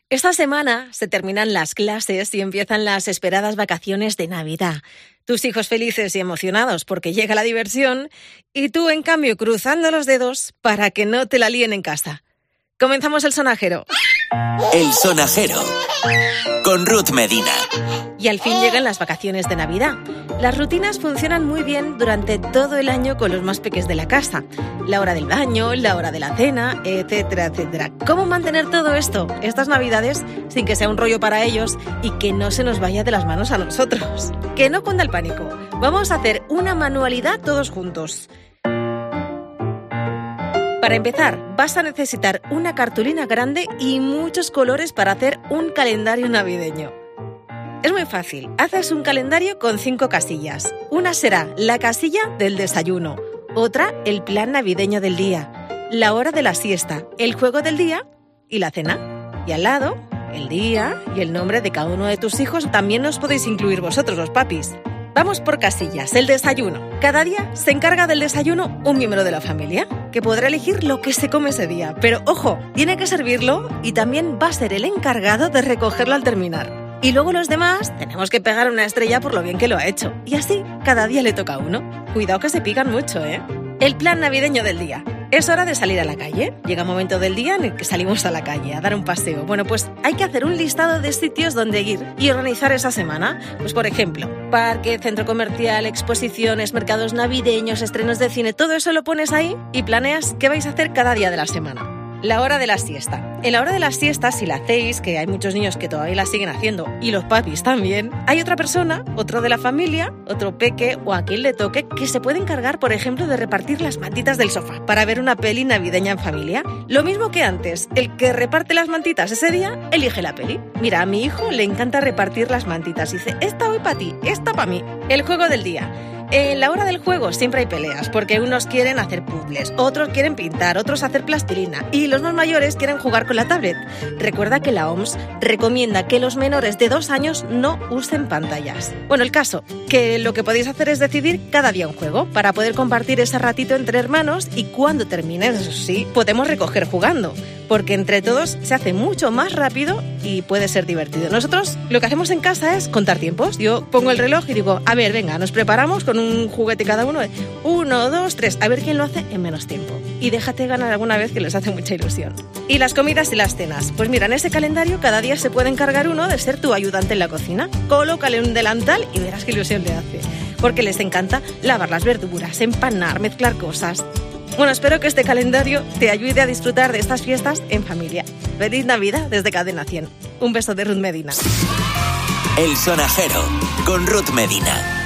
Esta semana se terminan las clases y empiezan las esperadas vacaciones de Navidad. Tus hijos felices y emocionados porque llega la diversión y tú, en cambio, cruzando los dedos para que no te la líen en casa. Comenzamos el sonajero. El sonajero con Ruth Medina. Y al fin llegan las vacaciones de Navidad. Las rutinas funcionan muy bien durante todo el año con los más peques de la casa. La hora del baño, la hora de la cena, etcétera, etcétera. ¿Cómo mantener todo esto, estas Navidades, sin que sea un rollo para ellos y que no se nos vaya de las manos a nosotros? Que no cunda el pánico. Vamos a hacer una manualidad todos juntos. Para empezar, vas a necesitar una cartulina grande y muchos colores para hacer un calendario navideño. Es muy fácil. Haces un calendario con 5 casillas. Una será la casilla del desayuno, otra el plan navideño del día, la hora de la siesta, el juego del día y la cena. Y al lado, el día y el nombre de cada uno de tus hijos. También os podéis incluir vosotros, los papis. Vamos por casillas. El desayuno. Cada día se encarga del desayuno un miembro de la familia, que podrá elegir lo que se come ese día. Pero ojo, tiene que servirlo y también va a ser el encargado de recogerlo al terminar. Y luego los demás tenemos que pegar una estrella por lo bien que lo ha hecho. Y así, cada día le toca a uno. Cuidado que se pican mucho, ¿eh? El plan navideño del día. Es hora de salir a la calle. Llega un momento del día en el que salimos a la calle a dar un paseo. Bueno, pues hay que hacer un listado de sitios donde ir y organizar esa semana. Pues por ejemplo, parque, centro comercial, exposiciones, mercados navideños, estrenos de cine. Todo eso lo pones ahí y planeas qué vais a hacer cada día de la semana. La hora de la siesta. En la hora de la siesta, si la hacéis, que hay muchos niños que todavía la siguen haciendo, y los papis también, hay otra persona, otro de la familia, otro peque o a quien le toque, que se puede encargar, por ejemplo, de repartir las mantitas del sofá para ver una peli navideña en familia. Lo mismo que antes, el que reparte las mantitas ese día, elige la peli. Mira, a mi hijo le encanta repartir las mantitas. Dice, esta hoy para ti, esta para mí. El juego del día. En la hora del juego siempre hay peleas, porque unos quieren hacer puzzles, otros quieren pintar, otros hacer plastilina y los más mayores quieren jugar con la tablet. Recuerda que la OMS recomienda que los menores de 2 años no usen pantallas. Bueno, el caso, que lo que podéis hacer es decidir cada día un juego para poder compartir ese ratito entre hermanos y cuando terminen, eso sí, podemos recoger jugando, porque entre todos se hace mucho más rápido y puede ser divertido. Nosotros lo que hacemos en casa es contar tiempos. Yo pongo el reloj y digo, a ver, venga, nos preparamos con un juguete cada uno. 1, 2, 3, a ver quién lo hace en menos tiempo. Y déjate ganar alguna vez, que les hace mucha ilusión. Y las comidas y las cenas. Pues mira, en ese calendario cada día se puede encargar uno de ser tu ayudante en la cocina. Colócale un delantal y verás qué ilusión le hace. Porque les encanta lavar las verduras, empanar, mezclar cosas. Bueno, espero que este calendario te ayude a disfrutar de estas fiestas en familia. ¡Feliz Navidad desde Cadena 100! Un beso de Ruth Medina. El sonajero con Ruth Medina.